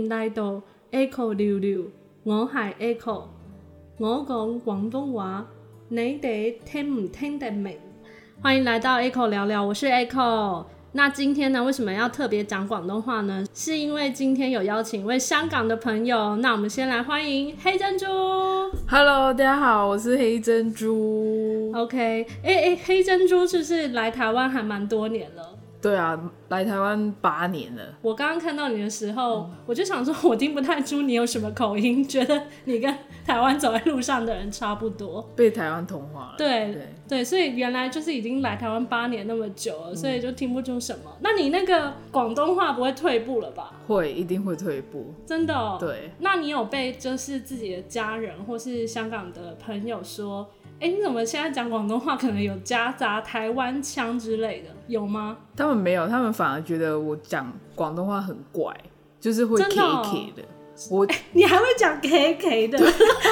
迎来到 Echo 溜溜，我係 Echo， 我講廣東話，你哋聽唔聽得明？歡迎來到 Echo 聊聊，我是 Echo。那今天呢，為什麼要特別講廣東話呢？是因為今天有邀請一位香港的朋友，那我們先來歡迎黑珍珠。 Hello， 大家好，我是黑珍珠。 OK， 黑珍珠就是來台灣還蠻多年了。 對啊，來台灣8年了。 我剛剛看到你的時候，我就想說，我聽不太出你有什麼口音，覺得你跟台灣走在路上的人差不多。 被台灣同化了。 對，所以原來就是已經來台灣8年那麼久了，所以就聽不出什麼。那你那個廣東話不會退步了吧？ 會，一定會退步。 真的哦？ 對。 那你有被就是自己的家人或是香港的朋友說，你怎麼現在講廣東話可能有夾雜台灣腔之類的，有嗎？ 他們沒有，他們反而覺得我講廣東話很怪，就是會 K K 的。 你還會講 K K 的？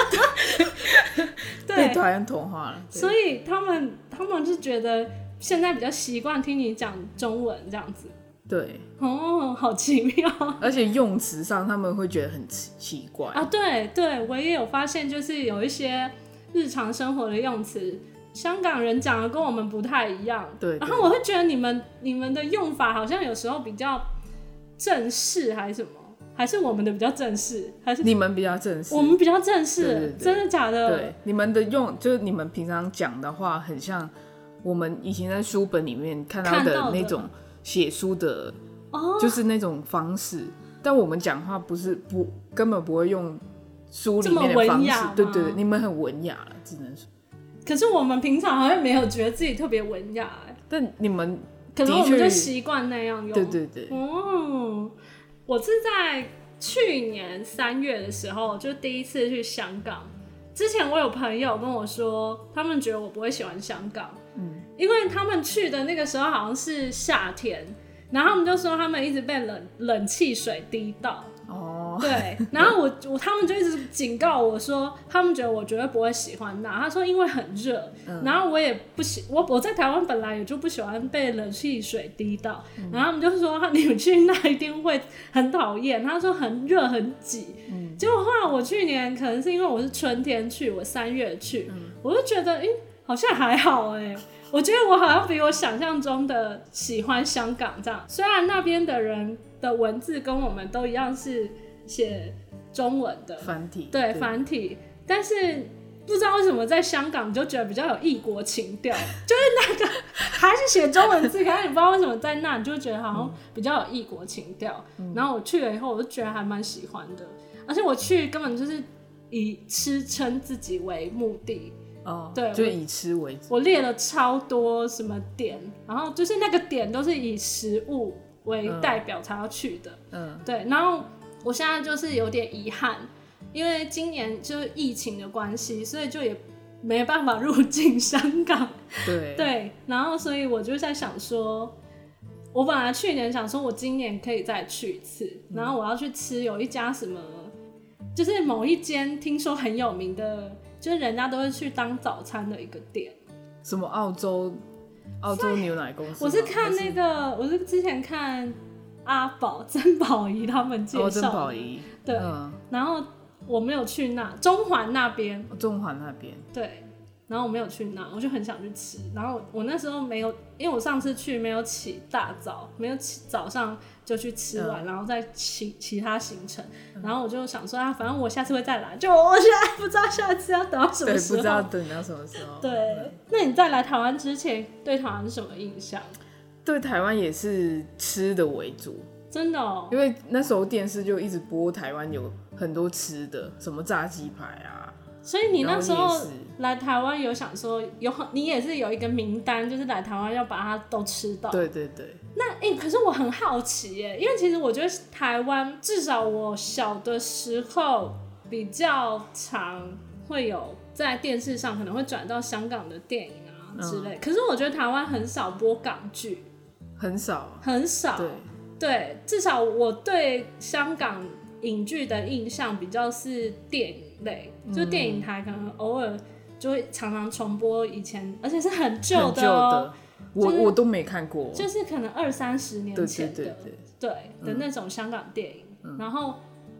對， 被台灣同化了。 所以他們是覺得現在比較習慣聽你講中文這樣子。對，哦，好奇妙。 而且用詞上他們會覺得很奇怪啊。對，我也有發現，就是有一些日常生活的用詞，香港人講的跟我們不太一樣。對，然後我會覺得你們的用法好像有時候比較正式，還是什麼？還是我們的比較正式？還是你們比較正式？ 我們比較正式。對，真的假的？ 對，你們的就是你們平常講的話，很像我們以前在書本裡面看到的那種寫書的，就是那種方式。但我們講話根本不會用書裡面的方式。對，你們很文雅了，只能說。可是我們平常好像沒有覺得自己特別文雅。 但你們可能我們就習慣那樣用。 對。 我是在去年3月的時候就第一次去香港。之前我有朋友跟我說，他們覺得我不會喜歡香港，因為他們去的那個時候好像是夏天，然後他們就說他們一直被冷氣水滴到。對，然後他們就一直警告我說，他們覺得我絕對不會喜歡那。他說因為很熱，然後我也不我在台灣本來也就不喜歡被冷氣水滴到，然後他們就說你們去那一定會很討厭。他說很熱很擠，結果後來我去年可能是因為我是春天去，我3月去，我就覺得好像還好我覺得我好像比我想象中的喜歡香港這樣。雖然那邊的人的文字跟我們都一樣是寫中文的繁體， 對繁體，但是不知道為什麼在香港你就覺得比較有異國情調，就是那個還是寫中文字，可是你不知道為什麼在那你就覺得好像比較有異國情調。然後我去了以後，我就覺得還蠻喜歡的，而且我去根本就是以吃撐自己為目的。對， 就以吃為主。 我列了超多什麼點，然後就是那個點都是以食物為代表才要去的。對，然後我現在就是有點遺憾，因為今年就是疫情的關係，所以就也沒辦法入境香港。對，然後所以我就在想說，我本來去年想說我今年可以再去一次，然後我要去吃有一家什麼，就是某一間聽說很有名的，就是人家都會去當早餐的一個店。 什麼澳洲牛奶公司？ 我是看那個，我是之前看阿寶曾寶儀他們介紹。 曾寶儀。 對，然後我沒有去那中環那邊。 中環那邊。 對，然後我沒有去那，我就很想去吃。然後我那時候沒有，因為我上次去沒有起大早，沒有起早上就去吃完，然後再其他行程。然後我就想說反正我下次會再來，就我現在不知道下次要等到什麼時候。 對，不知道等到什麼時候。 對，那你在來台灣之前對台灣是什麼印象？ 對台灣也是吃的為主。真的哦？因為那時候電視就一直播台灣有很多吃的，什麼炸雞排啊。 所以你那時候來台灣有想說你也是有一個名單，就是來台灣要把它都吃到。 對。 那可是我很好奇耶，因為其實我覺得台灣至少我小的時候比較常會有在電視上可能會轉到香港的電影啊之類，可是我覺得台灣很少播港劇，很少。對，至少我對香港影劇的印象比較是電影類，就電影台可能偶爾就會常常重播以前，而且是很舊的哦。 我都沒看過， 就是可能20-30年前的，對的那種香港電影。然後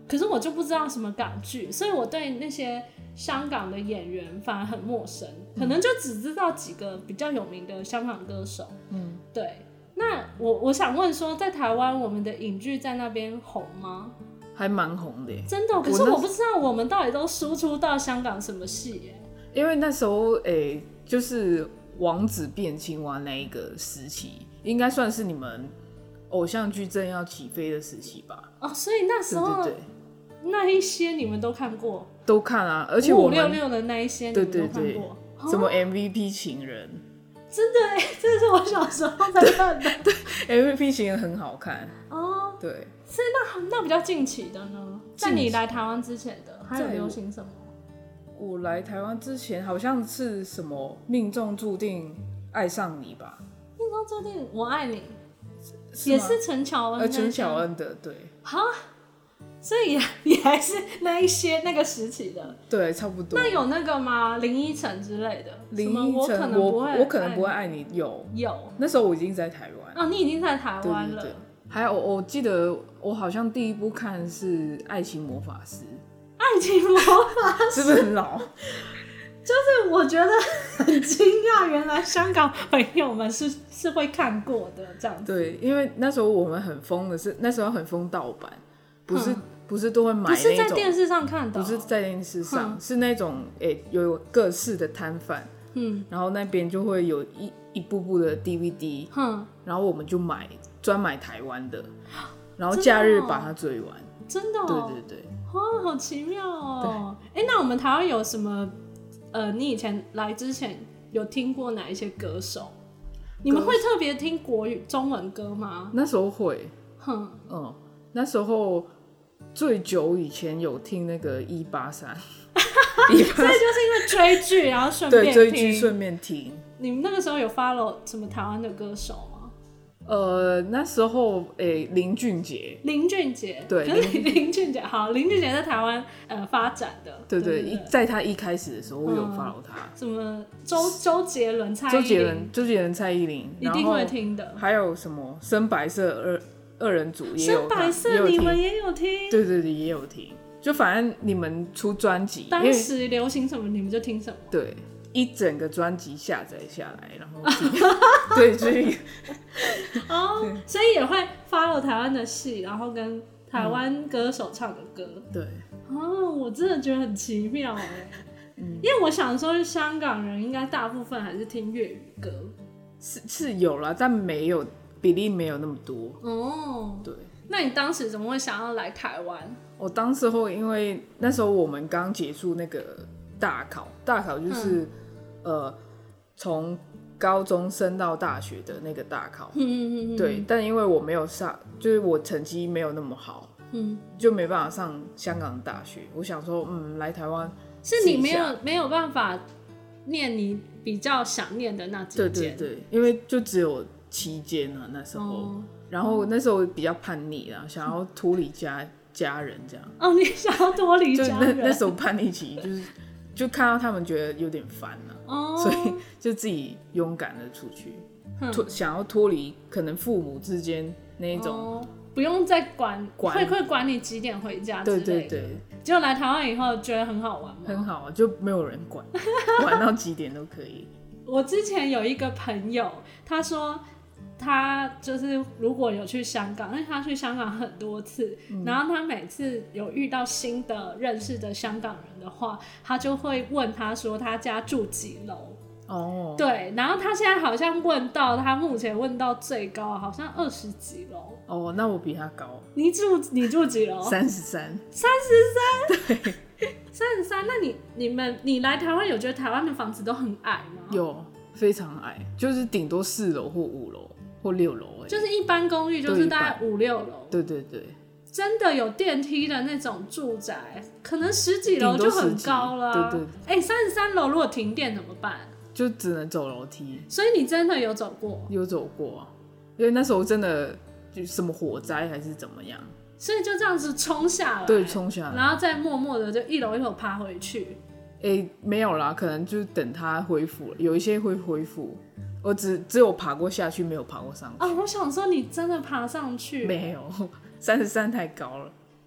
可是我就不知道什么港剧，所以我对那些香港的演员反而很陌生，可能就只知道几个比较有名的香港歌手。对。那我想问说，在台湾我们的影剧在那边红吗？ 还蛮红的耶， 真的。可是我不知道我们到底都输出到香港什么戏耶？ 因为那时候就是王子变青蛙那一个时期，应该算是你们偶像剧正要起飞的时期吧。 所以那时候对那一些你们都看过？都看啊，而且我们 5566的那一些你们都看过？对， 什么 MVP 情人， 真的这是我小时候在看的。 对，MVP 情人很好看对。 所以那比较近期的呢？在你来台湾之前的还有流行什么？ 我来台湾之前好像是什么命中注定爱上你吧？ 命中注定我爱你，也是陈乔恩陈乔恩的，对。 所以也还是那一些那个时期的， 对，差不多。 那有那个吗？林依晨之类的？ 林依晨，我可能不会爱你。有。那时候我已经在台湾。 你已经在台湾了。 对。还有，我记得我好像第一部看是《爱情魔法师》。 爱情魔法师是不是很老？ 就是我觉得很惊讶，原来香港朋友们是会看过的这样子。 对，因为那时候我们很疯的是，那时候很疯盗版，不是都会买那种， 不是在电视上看的， 不是在电视上，是那种有各式的摊贩，然后那边就会有一部部的 DVD，然后我们就专买台湾的，然后假日把它追完。 真的对， 好奇妙哦。那我们台湾有什么你以前来之前有听过哪一些歌手？你们会特别听国语中文歌吗？ 那时候会，那时候最久以前有听那个183，所以就是因为追剧然后顺便听。 对，追剧顺便听。 你们那个时候有 follow 什么台湾的歌手吗？ 那时候林俊杰，对， 可是林俊杰好，林俊杰在台湾发展的， 对，在他一开始的时候我有 follow 他， 什么周杰伦、蔡依林， 一定会听的， 还有什么深白色二人组也有， 深白色你们也有听， 对，也有听，就反正你们出专辑， 当时流行什么你们就听什么， 对。一整个专辑下载下来，然后对，所以所以也会 follow 台湾的戏，然后跟台湾歌手唱的歌。 对， 我真的觉得很奇妙因为我想说，香港人应该大部分还是听粤语歌， 是有啦，但比例没有那么多。对。 那你当时怎么会想要来台湾？ 我当时候因为那时候我们刚结束那个大考就是。从高中升到大学的那个大考，对，但因为我没有上，就是我成绩没有那么好，就没办法上香港的大学。我想说，来台湾是你没有办法念你比较想念的那几间， 对，因为就只有7间啊那时候，然后那时候比较叛逆啦，想要脱离家人这样。 你想要脱离家人？ 那时候叛逆期就看到他们觉得有点烦了，所以就自己勇敢的出去，想要脱离可能父母之间那一种， 不用再会管你几点回家之类的。 对。 结果来台湾以后觉得很好玩吗？ 很好，就没有人管，玩到几点都可以。 我之前有一个朋友，他说他就是如果有去香港，因为他去香港很多次，然后他每次有遇到新的认识的香港人的话，他就会问他说他家住几楼。对，然后他现在好像他目前问到最高好像20几楼。 那我比他高。 你住几楼 ？33。 对，33。那你来台湾有觉得台湾的房子都很矮吗？ 有，非常矮，就是顶多4楼或5楼或6楼而已。 就是一般公寓就是大概5、6楼。 对。 真的有电梯的那种住宅，可能10几楼就很高了。对。33楼如果停电怎么办？ 就只能走楼梯。 所以你真的有走过？ 有走过啊，因为那时候真的就什么火灾还是怎么样， 所以就这样子冲下来。 对，冲下来， 然后再默默的就一楼一楼爬回去。 没有啦，可能就等它恢复了，有一些会恢复。我只有爬过下去，没有爬过上去。 我想说你真的爬上去？ 没有，33太高了。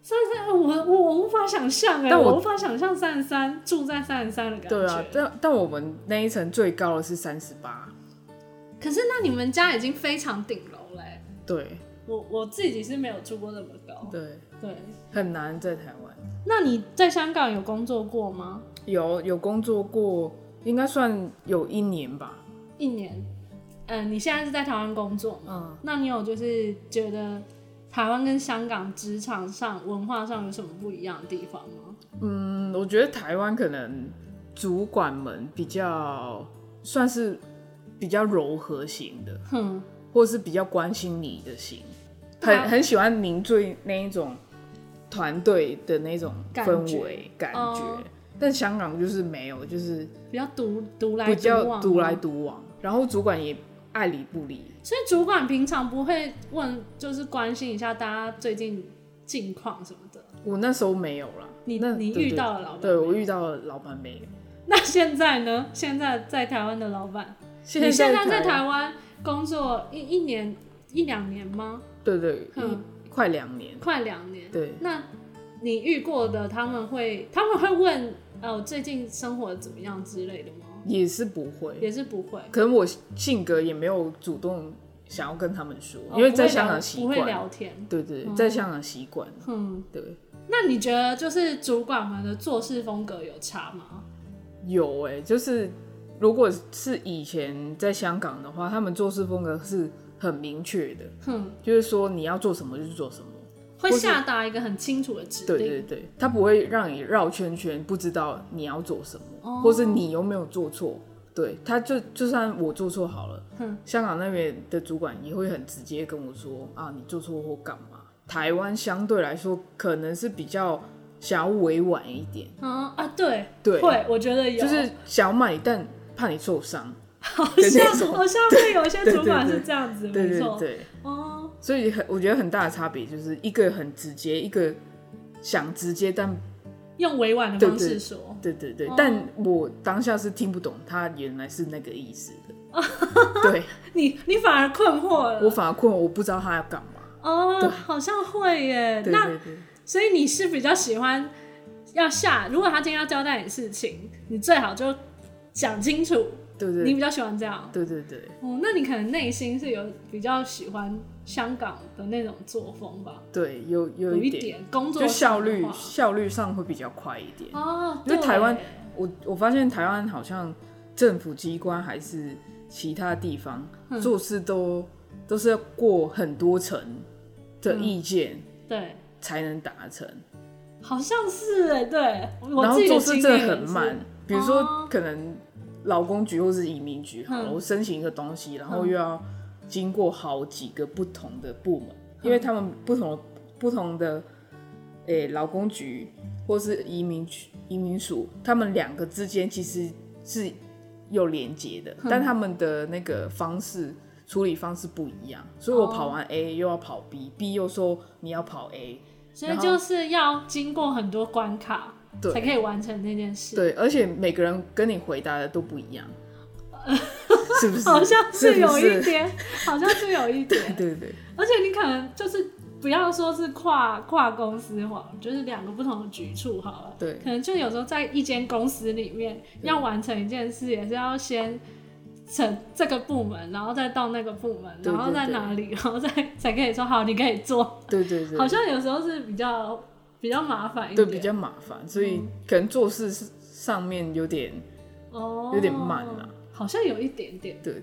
33，我无法想象我无法想象33住在33的感觉。 对啊，但我们那一层最高的是38。 可是那你们家已经非常顶楼嘞。 对， 我自己是没有住过那么高。 对，很难在台湾。 那你在香港有工作过吗？ 有工作过，应该算有1年吧。 1年。你现在是在台湾工作吗？那你有就是觉得台湾跟香港职场上文化上有什么不一样的地方吗？ 我觉得台湾可能主管们比较算是比较柔和型的，或是比较关心你的型，很喜欢凝聚那一种团队的那种氛围感觉。但香港就是没有，就是比较独来比较独来独往，然后主管也爱理不理。 所以主管平常不会问，就是关心一下大家最近近况什么的。 我那时候没有啦。 你遇到了老板？ 对，我遇到了老板没有。 那现在呢？现在在台湾的老板，你现在在台湾工作一年1-2年吗？ 对，快2年。 快2年。 对。 那你遇过的他们会问最近生活怎么样之类的吗？ 也是不会。 可能我性格也没有主动想要跟他们说，因为在香港习惯， 不会聊天。 对，在香港习惯。对。 那你觉得就是主管们的做事风格有差吗？ 有就是如果是以前在香港的话，他们做事风格是很明确的，就是说你要做什么就做什么， 会下达一个很清楚的指令。 对，他不会让你绕圈圈，不知道你要做什么，或是你有没有做错。对，他就算我做错好了，香港那边的主管也会很直接跟我说你做错或干嘛。台湾相对来说可能是比较想要委婉一点。 对，会，我觉得有， 就是想要骂你，但怕你受伤。 好像会有些主管是这样子，没错。 对，所以我觉得很大的差别就是一个很直接，一个想直接但用委婉的方式说。 对，但我当下是听不懂他原来是那个意思的。对， 你反而困惑了。 我反而困惑，我不知道他要干嘛。 好像会耶。 对， 所以你是比较喜欢如果他今天要交代你事情，你最好就讲清楚。对，你比较喜欢这样。 对。 那你可能内心是有比较喜欢香港的那种作风吧？ 对，有一点工作就效率上会比较快一点。因为台湾，我发现台湾好像政府机关还是其他地方做事都是要过很多层的意见， 对， 才能达成。 好像是对。 然后做事真的很慢，比如说可能劳工局或是移民局好了，我申请一个东西，然后又要经过好几个不同的部门，因为他们不同的劳工局或是移民署，他们2个之间其实是有连结的，但他们的那个处理方式不一样，所以我跑完 A 又要跑 B 又说你要跑 A， 所以就是要经过很多关卡才可以完成这件事。 对，而且每个人跟你回答的都不一样。是不是？ 好像是有一点， 对。 而且你可能就是不要说是跨公司好了，就是2个不同的局处好了。 对， 可能就有时候在一间公司里面要完成一件事，也是要先成这个部门，然后再到那个部门，然后在哪里，然后才可以说好，你可以做。对。好像有时候是比较麻烦一点。 对，比较麻烦，所以可能做事上面有点慢啦。 好像有一点点。 对。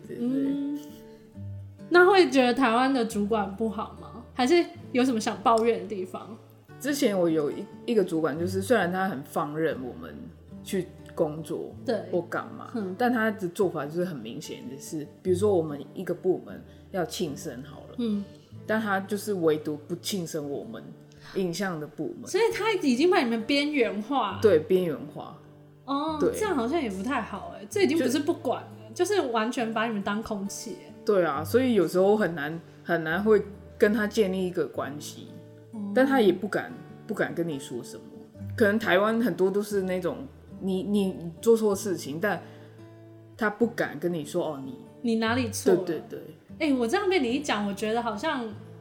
那会觉得台湾的主管不好吗？还是有什么想抱怨的地方？ 之前我有一个主管，就是虽然他很放任我们去工作或干嘛，但他的做法就是很明显的是，比如说我们一个部门要庆生好了，但他就是唯独不庆生我们影像的部门， 所以他已经把你们边缘化。 对，边缘化。 对，这样好像也不太好这已经不是不管了，就是完全把你们当空气对啊，所以有时候很难会跟他建立一个关系，但他也不敢跟你说什么。可能台湾很多都是那种你做错事情，但他不敢跟你说你哪里错了。 对。 我这样被你一讲，我觉得好像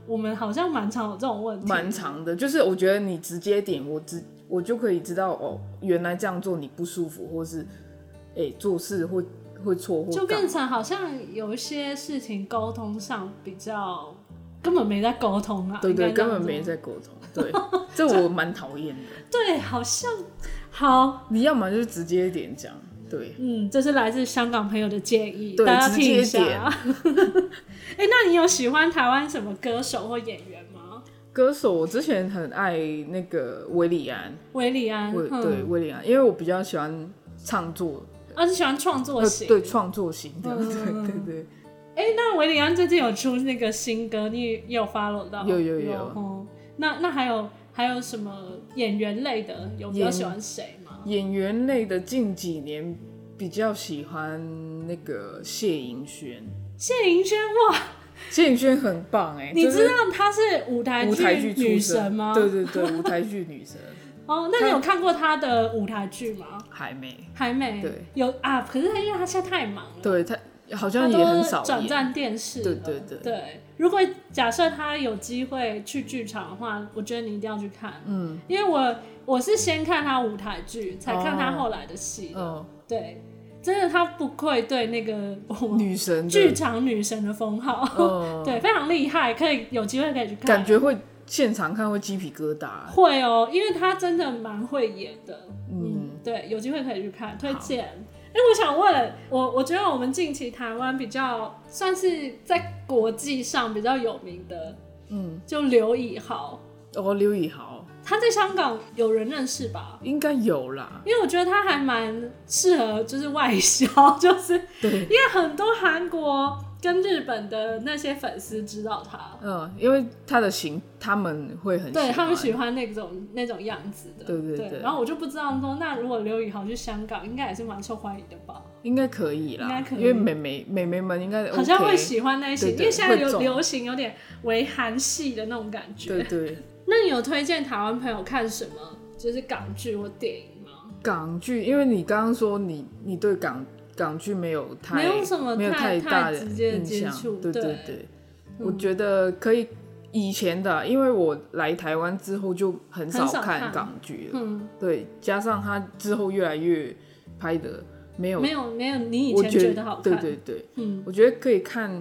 我们好像蛮常有这种问题， 蛮常的。就是我觉得你直接点，我就可以知道哦，原来这样做你不舒服，或是做事会错，或就变成好像有一些事情沟通上比较根本没在沟通啊。 对，根本没在沟通。对，这我蛮讨厌的。 对，好像好， 你要么就直接点讲。对， 这是来自香港朋友的建议， 对， 大家听一下。 直接点。 那你有喜欢台湾什么歌手或演员吗？ 歌手我之前很爱那个韦礼安，对，韦礼安，因为我比较喜欢唱作， 是喜欢创作型， 对，创作型的，对。 那韦礼安最近有出那个新歌，你也有 follow 到？ 有。 那还有什么演员类的？有比较喜欢谁吗？ 演员类的近几年比较喜欢那个谢盈萱。 哇！ 谢盈萱很棒你知道她是舞台剧女神吗？ 对，舞台剧女神。 那你有看过她的舞台剧吗？ 还没。 对，有啊，可是因为她现在太忙了。 对，她好像也很少转战电视。对。如果假设她有机会去剧场的话，我觉得你一定要去看。因为我是先看她舞台剧，才看她后来的戏的。对。真的，她不愧对那个女神剧场女神的封号，对，非常厉害，有机会可以去看， 感觉会现场看会鸡皮疙瘩， 会因为她真的蛮会演的，对，有机会可以去看，推荐。我想问，我觉得我们近期台湾比较算是在国际上比较有名的，就刘以豪。 刘以豪。 他在香港有人认识吧？ 应该有啦， 因为我觉得他还蛮适合就是外销，就是对，因为很多韩国跟日本的那些粉丝知道他， 因为他的型他们会很喜欢， 对，他们喜欢那种样子的， 对。 然后我就不知道说，那如果刘以豪去香港，应该也是蛮受欢迎的吧？ 应该可以啦， 应该可以， 因为妹妹们应该、OK、 好像会喜欢那些，因为现在有流行有点微韩系的那种感觉， 对。 那你有推荐台湾朋友看什么就是港剧或电影吗？ 港剧，因为你刚刚说你对港剧没有太大的直接的印象， 接触， 对。我觉得可以以前的，因为我来台湾之后就很少看港剧了，对，加上它之后越来越拍的没有你以前觉得好看， 对，我觉得可以看，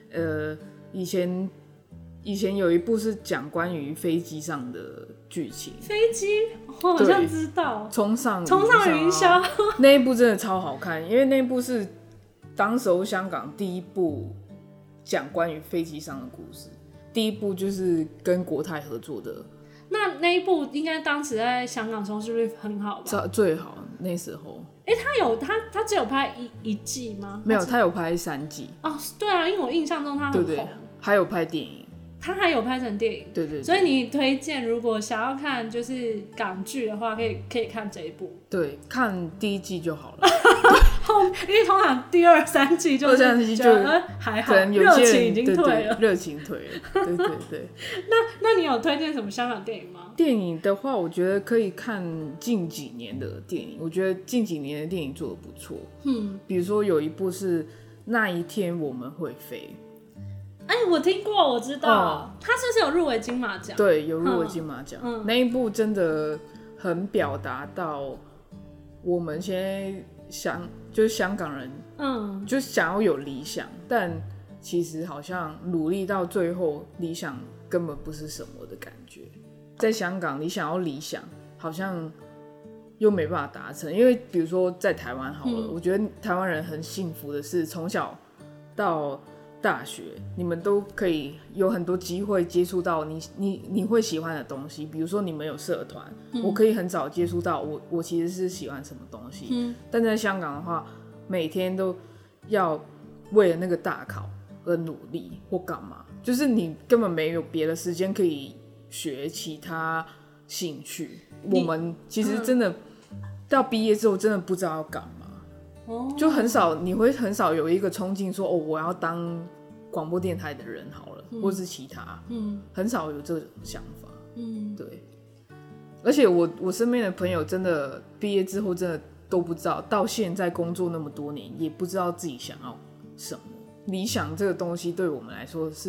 以前有一部是讲关于飞机上的剧情， 飞机我好像知道， 冲上云霄那一部真的超好看，因为那一部是当时候香港第一部讲关于飞机上的故事，第一部就是跟国泰合作的。 那一部应该当时在香港的时候是不是很好吧？ 最好那时候。 他只有拍一季吗？ 没有，他有拍3季。 对啊，因为我印象中他很红， 对，还有拍电影。 他还有拍成电影， 对， 所以你推荐如果想要看就是港剧的话，可以看这一部。对， 看第1季就好了。 因为通常第2、3季就还好，热情已经退了， 热情退了。对。 那你有推荐什么香港电影吗？ 电影的话，我觉得可以看近几年的电影，我觉得近几年的电影做得不错。比如说有一部是《那一天我们会飞》。 我听过，我知道，他是不是有入围金马奖？ 对，有入围金马奖。那一部真的很表达到我们现在就是香港人，就想要有理想，但其实好像努力到最后，理想根本不是什么的感觉。在香港，你想要理想，好像又没办法达成，因为比如说在台湾好了，我觉得台湾人很幸福的是，从小到大学，你们都可以有很多机会接触到你会喜欢的东西，比如说你们有社团，我可以很早接触到我其实是喜欢什么东西。但在香港的话，每天都要为了那个大考而努力或干嘛，就是你根本没有别的时间可以学其他兴趣。我们其实真的到毕业之后真的不知道要干嘛，就你会很少有一个冲劲说我要当广播电台的人好了，或是其他，很少有这种想法，对。而且我身边的朋友真的毕业之后真的都不知道，到现在工作那么多年也不知道自己想要什么。理想这个东西对我们来说是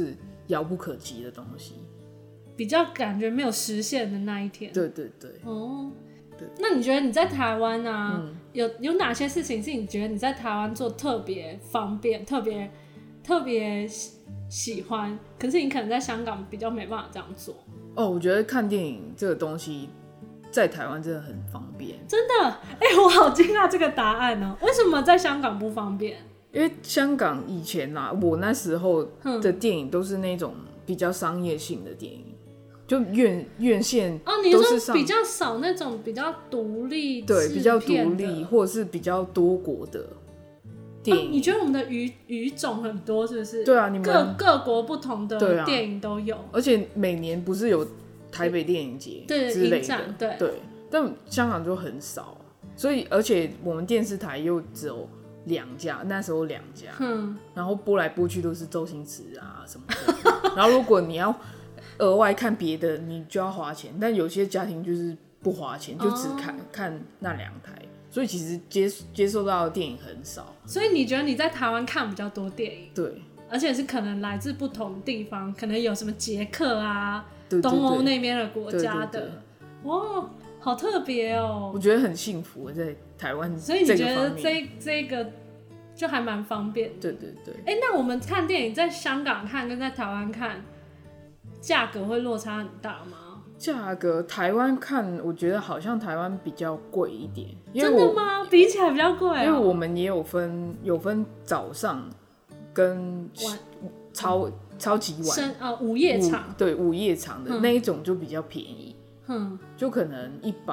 遥不可及的东西， 比较感觉没有实现的那一天。 对对对。 哦，那你觉得你在台湾啊，有哪些事情是你觉得你在台湾做特别方便、特别喜欢，可是你可能在香港比较没办法这样做？ 哦，我觉得看电影这个东西在台湾真的很方便。 真的？我好惊讶这个答案哦！为什么在香港不方便？ 因为香港以前啊，我那时候的电影都是那种比较商业性的电影，就院线你说比较少那种比较独立制片的， 对，比较独立或者是比较多国的电影。 你觉得我们的语种很多是不是？ 对啊，你们各国不同的电影都有， 而且每年不是有台北电影节之类的，对，但香港就很少，所以而且我们电视台又只有2家，那时候2家，然后播来播去都是周星驰啊什么的，然后如果你要额外看别的，你就要花钱，但有些家庭就是不花钱，就只看那2台，所以其实接受到的电影很少。 所以你觉得你在台湾看比较多电影？ 对， 而且是可能来自不同地方，可能有什么捷克啊、 对东欧那边的国家的， 对对对， 哇，好特别哦！ 我觉得很幸福在台湾， 所以你觉得这个就还蛮方便的。 对对对。 那我们看电影在香港看跟在台湾看，价格会落差很大吗？ 价格台湾看，我觉得好像台湾比较贵一点。 真的吗？比起来比较贵因为我们也有分早上跟超级晚午夜场， 对，午夜场的那一种就比较便宜，就可能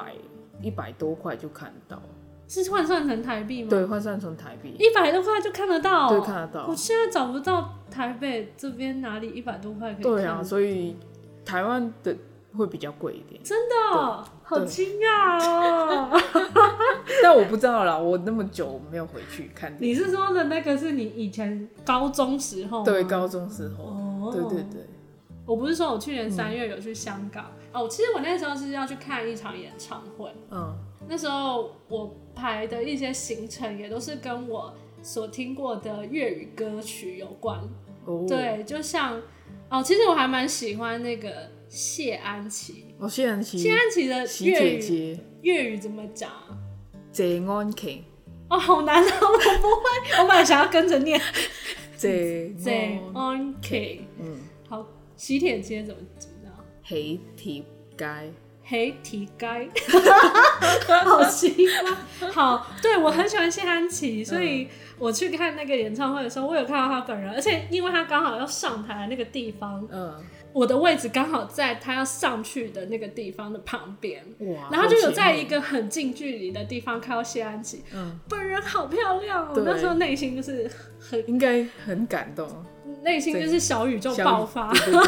100多块就看得到。 是换算成台币吗？ 对，换算成台币 100多块就看得到。 对，看得到。 我现在找不到台北这边哪里100多块可以看。 对啊，所以台湾的会比较贵一点。 真的好惊讶哦！ 但我不知道啦，我那么久没有回去看电影。 你是说的那个是你以前高中时候吗？ 对，高中时候。对对对。 我不是说我去年3月有去香港其实我那时候是要去看一场演唱会。那时候我排的一些行程也都是跟我所听过的粤语歌曲有关。对，就像其实我还蛮喜欢那个谢安琪。谢安琪的粤语怎么讲？ 谢安琪。 好难啊，我不会。我本来想要跟着念。 谢安琪。好，喜帖街怎么讲？ 喜帖街。 黑体街，好奇怪。好，对，我很喜欢谢安琪，所以我去看那个演唱会的时候，我有看到他本人，而且因为他刚好要上台的那个地方，我的位置刚好在他要上去的那个地方的旁边，然后就有在一个很近距离的地方看到谢安琪，本人好漂亮哦，那时候内心就是应该很感动， 内心就是小宇宙爆发，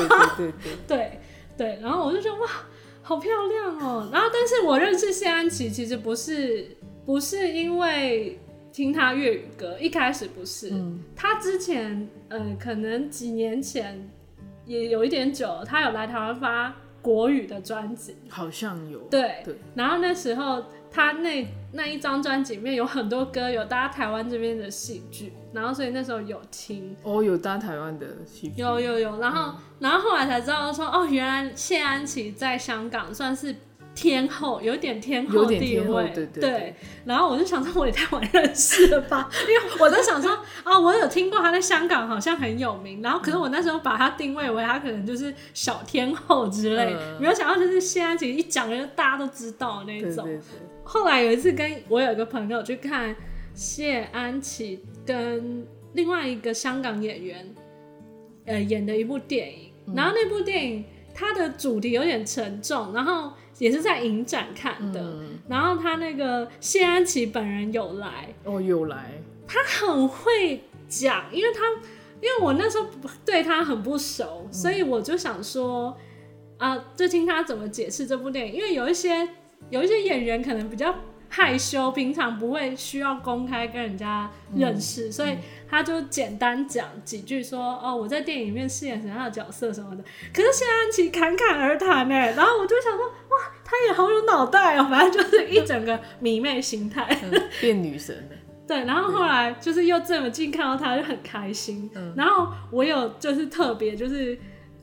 对，然后我就觉得哇。好漂亮哦！然后，但是我认识谢安琪其实不是因为听他粤语歌，一开始不是。他之前可能几年前也有一点久，他有来台湾发国语的专辑， 好像有。 对。然后那时候他那一张专辑里面有很多歌有搭台湾这边的戏剧，然后所以那时候有听。 有搭台湾的戏剧。 有，然后后来才知道说原来谢安琪在香港算是天后，有点天后地位，对。然后我就想说，我也太晚认识了吧，因为我在想说我有听过他在香港好像很有名，然后可是我那时候把他定位为他可能就是小天后之类，没有想到就是谢安琪一讲就大家都知道那种。对。后来有一次跟我有一个朋友去看谢安琪跟另外一个香港演员演的一部电影，然后那部电影它的主题有点沉重，然后也是在影展看的，然后他那个谢安琪本人有来， 有来， 他很会讲，因为我那时候对他很不熟，所以我就想说就听他怎么解释这部电影，因为有一些演员可能比较害羞，平常不会需要公开跟人家认识，所以他就简单讲几句说我在电影里面饰演什么样的角色什么的。可是谢安琪侃侃而谈然后我就想说哇，他也好有脑袋反正就是一整个迷妹心态， 变女神了。 对，然后后来就是又这么近看到他就很开心，然后我有就是特别就是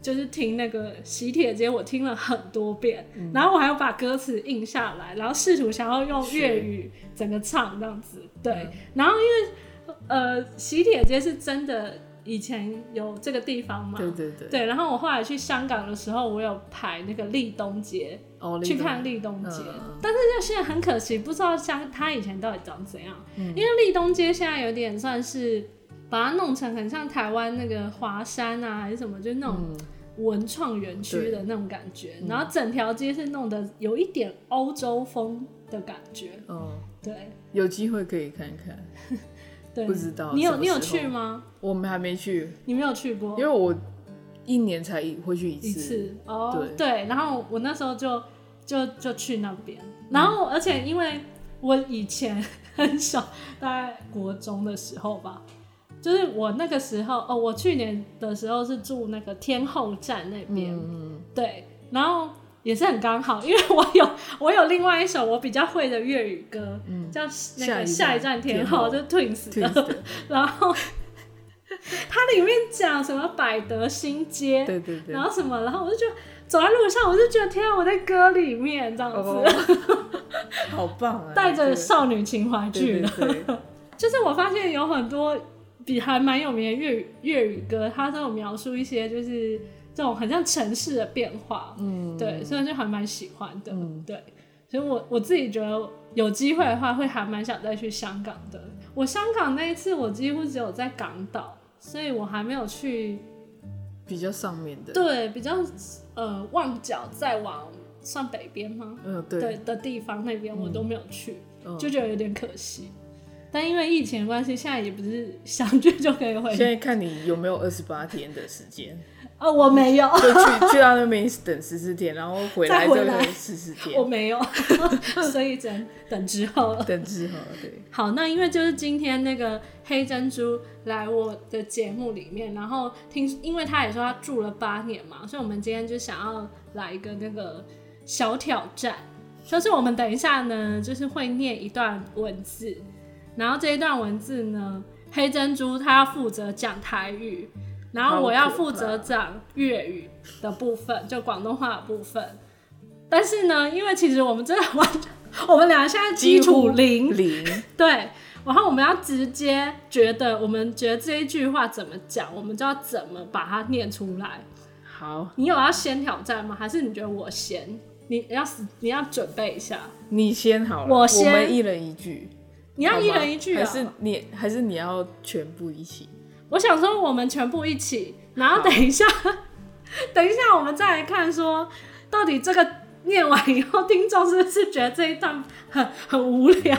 就是听那个喜帖街，我听了很多遍，然后我还要把歌词印下来，然后试图想要用粤语整个唱这样子。对，然后因为喜帖街是真的以前有这个地方嘛，对，然后我后来去香港的时候，我有排那个立东街，去看立东街，但是就现在很可惜，不知道像它以前到底长怎样，因为立东街现在有点算是把它弄成很像台湾那个华山啊还是什么，就那种文创园区的那种感觉，然后整条街是弄得有一点欧洲风的感觉。对， 有机会可以看看。 对， 不知道你有去吗？ 我们还没去。 你没有去过？ 因为我1年才会去一次。 对，然后我那时候就去那边，然后而且因为我以前很小，大概国中的时候吧。就是我那个时候我去年的时候是住那个天后站那边，对，然后也是很刚好，因为我有另外一首我比较会的粤语歌，叫那个下一站天后，就是 Twins 的，然后它里面讲什么百德新街， 对， 然后什么，然后我就觉得走在路上，我就觉得天啊，我在歌里面这样子， 好棒啊， 带着少女情怀去了，就是我发现有很多。还蛮有名的粤语歌，它都有描述一些就是这种很像城市的变化，对，所以就还蛮喜欢的，对，所以我自己觉得有机会的话，会还蛮想再去香港的。我香港那一次，我几乎只有在港岛，所以我还没有去比较上面的， 对，比较旺角再往算北边吗？ 对的地方那边我都没有去，就觉得有点可惜。但因为疫情的关系，现在也不是想去就可以回去。 现在看你有没有28天的时间。 我没有， 就去到那边等14天，然后回来就14天。 我没有，所以只能等之后了。 等之后，对。 好，那因为就是今天那个黑珍珠来我的节目里面，然后因为他也说他住了8年嘛，所以我们今天就想要来一个那个小挑战，就是我们等一下呢，就是会念一段文字。然后这一段文字呢，黑珍珠他要负责讲台语，然后我要负责讲粤语的部分，就广东话的部分。但是呢，因为其实我们真的我们俩现在基础零，对，然后我们要直接我们觉得这一句话怎么讲，我们就要怎么把它念出来。 好， 你有要先挑战吗？还是你觉得我先？你要准备一下。 你先好了，我们一人一句。 你要一人一句还是你要全部一起？ 我想说我们全部一起，然后等一下我们再来看说，到底这个念完以后，听众是不是觉得这一段很无聊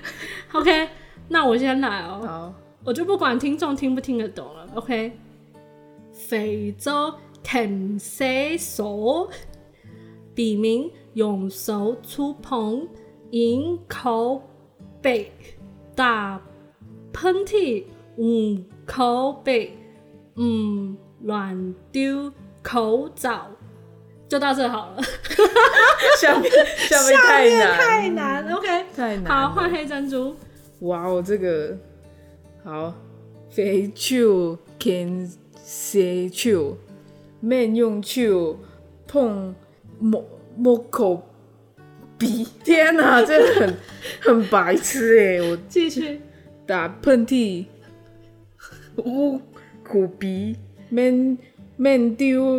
？OK， 那我先来哦。 好， 我就不管听众听不听得懂了。OK， 非洲勤洗手，避免用手触碰饮口鼻，打喷嚏口鼻，乱丢口罩，就到这好了。 下面太难，OK， 太难。 好，换黑珍珠。 哇哦，这个好，非手勤洗手，免用手碰摸口鼻。天哪，这个很白痴哎！我继续打喷嚏，捂口鼻，免丢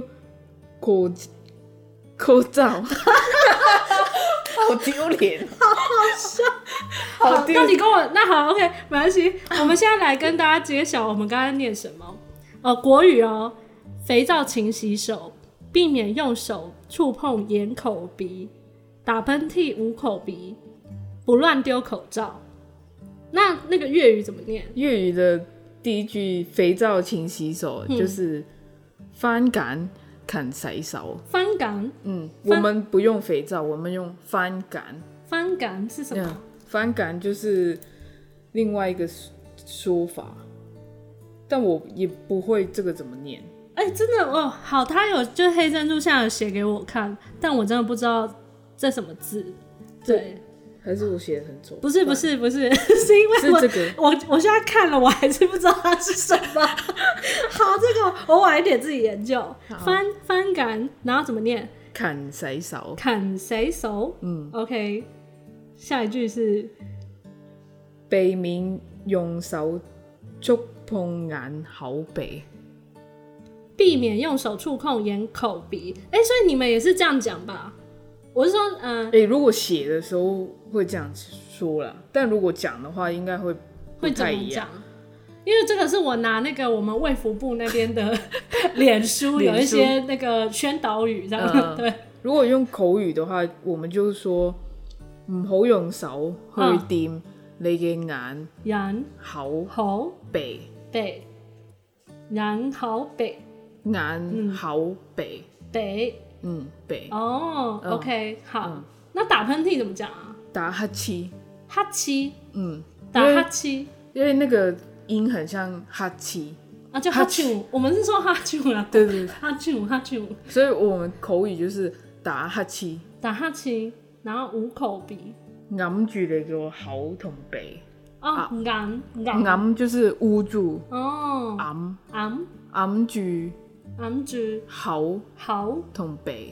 口罩。好丢脸， 好好笑，好，那你跟我那好 ，OK， 没关系。我们现在来跟大家揭晓我们刚刚念什么。国语哦，肥皂勤洗手，避免用手触碰眼口鼻，打喷嚏捂口鼻，不乱丢口罩。那个粤语怎么念？ 粤语的第一句“肥皂勤洗手”就是番梘勤洗手。 番梘， 我们不用肥皂，我们用番梘。 番梘是什么？ 番梘就是另外一个说法，但我也不会这个怎么念。 真的哦，好，他有就黑珍珠现在有写给我看，但我真的不知道这什么字。对， 还是我写的很丑？ 不是，是因为是这个我现在看了，我还是不知道它是什么。好，这个我晚一点自己研究。番杆，然后怎么念？ 砍洗手。 砍洗手。OK。下一句是避免用手觸碰眼口鼻。 避免用手觸碰眼口鼻。所以你們也是這樣講吧？我是說， 如果寫的時候會這樣說啦，但如果講的話，應該會不太一樣。 因為這個是我拿那個我們衛福部那邊的臉書有一些那個宣導語，這樣對。 如果用口語的話，我們就是說唔好用手去掂你嘅眼、口、鼻、 眼、口、鼻。 眼、口、鼻。鼻。 哦 ，OK， 好。那打噴嚏怎麼講啊？ 打哈氣。 哈氣。打哈氣。 因為那個音很像哈氣。 啊，就哈啾，我們是說哈啾啦。 對， 哈啾。 所以我們口語就是打哈氣。打哈氣，然後捂口鼻。 揞住你個口同鼻。 哦， 揞就是捂住。 哦。 揞住。口同鼻，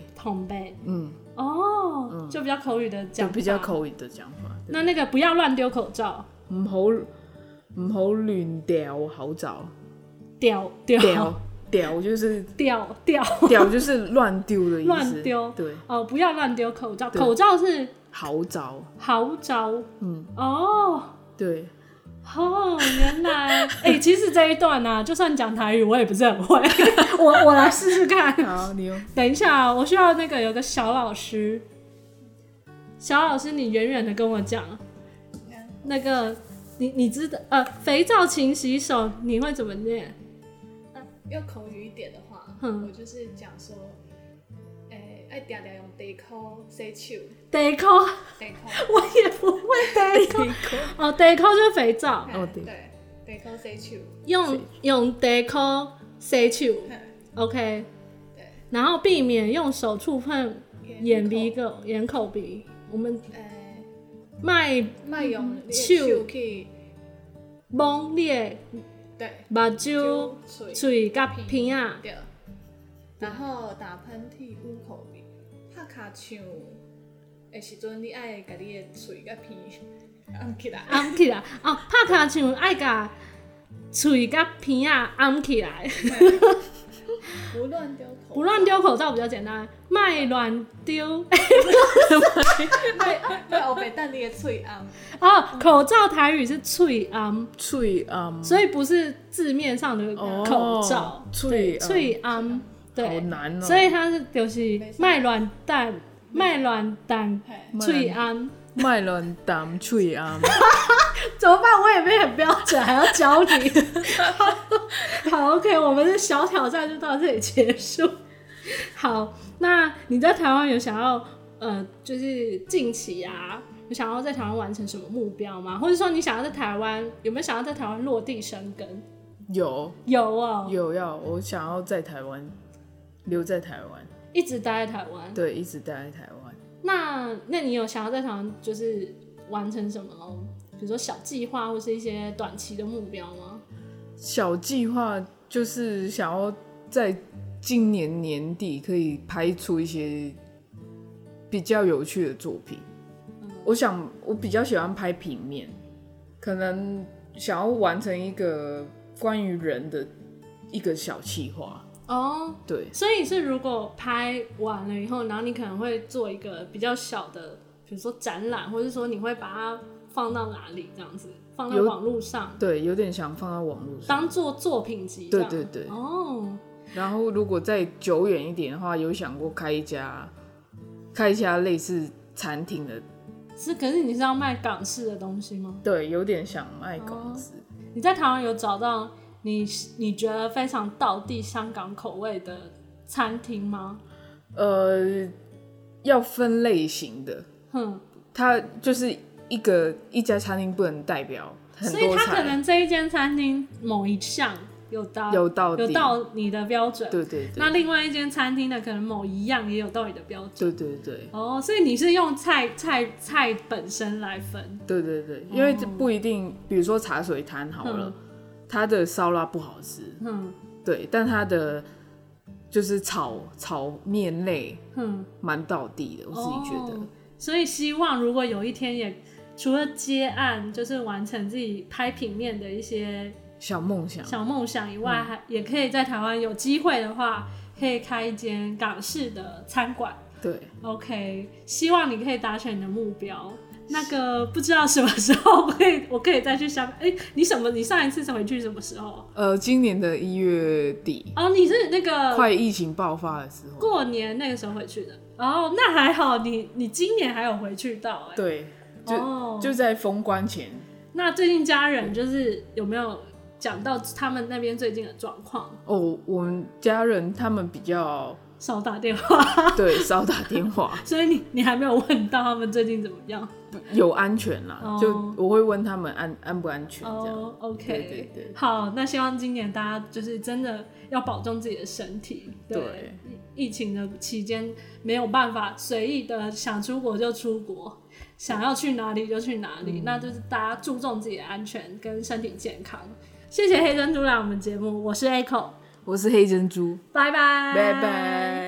就比較口語的講法， 就比較口語的講法。 那個不要亂丟口罩， 唔好亂掉口罩， 掉就是掉就是亂丟的意思， 亂丟， 對， 不要亂丟口罩，口罩是口罩，對。 原來其實這一段啊，就算講台語我也不是很會。我來試試看。 好，你用。 等一下，我需要那個有個小老師，你遠遠的跟我講，那個你知道肥皂勤洗手你會怎麼念？ 用口語一點的話，我就是講說要常常用茶箍洗手。 茶箍，我也不會茶箍。茶箍就是肥皂。 對，茶箍洗手。 用茶箍洗手。OK。 對。 然後避免用手觸碰眼口鼻。我們賣用手去摸你的目睭、嘴甲鼻啊。 對。然後打噴嚏、捂口鼻。拍卡唱的時陣，你愛把你的嘴甲鼻按起來。 拍卡唱愛把嘴甲鼻啊按起來。不亂丟口罩比較簡單，賣亂丟。 賣黑白等你的嘴按。 口罩台語是喙按， 所以不是字面上的口罩。喙按。對， 好難哦。 所以它是就是賣亂蛋喙按， 賣亂蛋喙按。 怎麼辦？我也沒很標準，還要教你。好 ，OK， 我們的小挑戰就到這裡結束。好，那你在台灣有想要就是近期啊，有想要在台灣完成什麼目標嗎？或者說你想要在台灣有沒有想要在台灣落地生根？ 有我想要在台灣。留在台灣， 一直待在台灣。 對，一直待在台灣。 那你有想要在台灣就是完成什麼？比如說小計劃或是一些短期的目標嗎？ 小計劃就是想要在今年年底可以拍出一些比較有趣的作品。我比較喜歡拍平面，可能想要完成一個關於人的一個小計劃。對， 所以是如果拍完了以後，然後你可能會做一個比較小的，比如說展覽，或者說你會把它放到哪裡這樣子，放到網絡上。對， 有點想放到網絡上， 當做作品集這樣。 對。然後如果再久遠一點的話，有想過開一家類似餐廳的。 可是你是要賣港式的東西嗎？ 對，有點想賣港式。 你在台灣有找到你覺得非常道地香港口味的餐廳嗎？ 要分類型的。它就是一家餐廳不能代表很多菜， 所以它可能這一間餐廳某一項有到你的标准。 对对对。 那另外一间餐厅的可能某一样也有到你的标准。 对对对。 哦，所以你是用菜本身来分。 对对对，因为不一定，比如说茶水摊好了，它的烧腊不好吃，对，但它的就是炒面类，蛮道地的，我自己觉得。 所以希望如果有一天也除了接案，就是完成自己拍平面的一些小梦想以外，还也可以在台湾有机会的话，可以开一间港式的餐馆。 对 ，OK， 希望你可以达成你的目标。那个不知道什么时候我可以再去香港。你上一次回去什么时候？ 今年的1月底。 哦，你是那个快疫情爆发的时候， 过年那个时候回去的。哦，那还好，你今年还有回去到对，就在封关前。 那最近家人就是有没有讲到他们那边最近的状况？ 哦，我们家人他们比较少打电话， 对，少打电话， 所以你还没有问到他们最近怎么样？ 有安全啦，就我会问他们安不安全这样。 OK， 对对对。 好，那希望今年大家就是真的要保重自己的身体。对，疫情的期间没有办法随意的想出国就出国，想要去哪里就去哪里，那就是大家注重自己的安全跟身体健康。谢谢黑珍珠来我们节目，我是 Echo， 我是黑珍珠， 拜拜， 拜拜。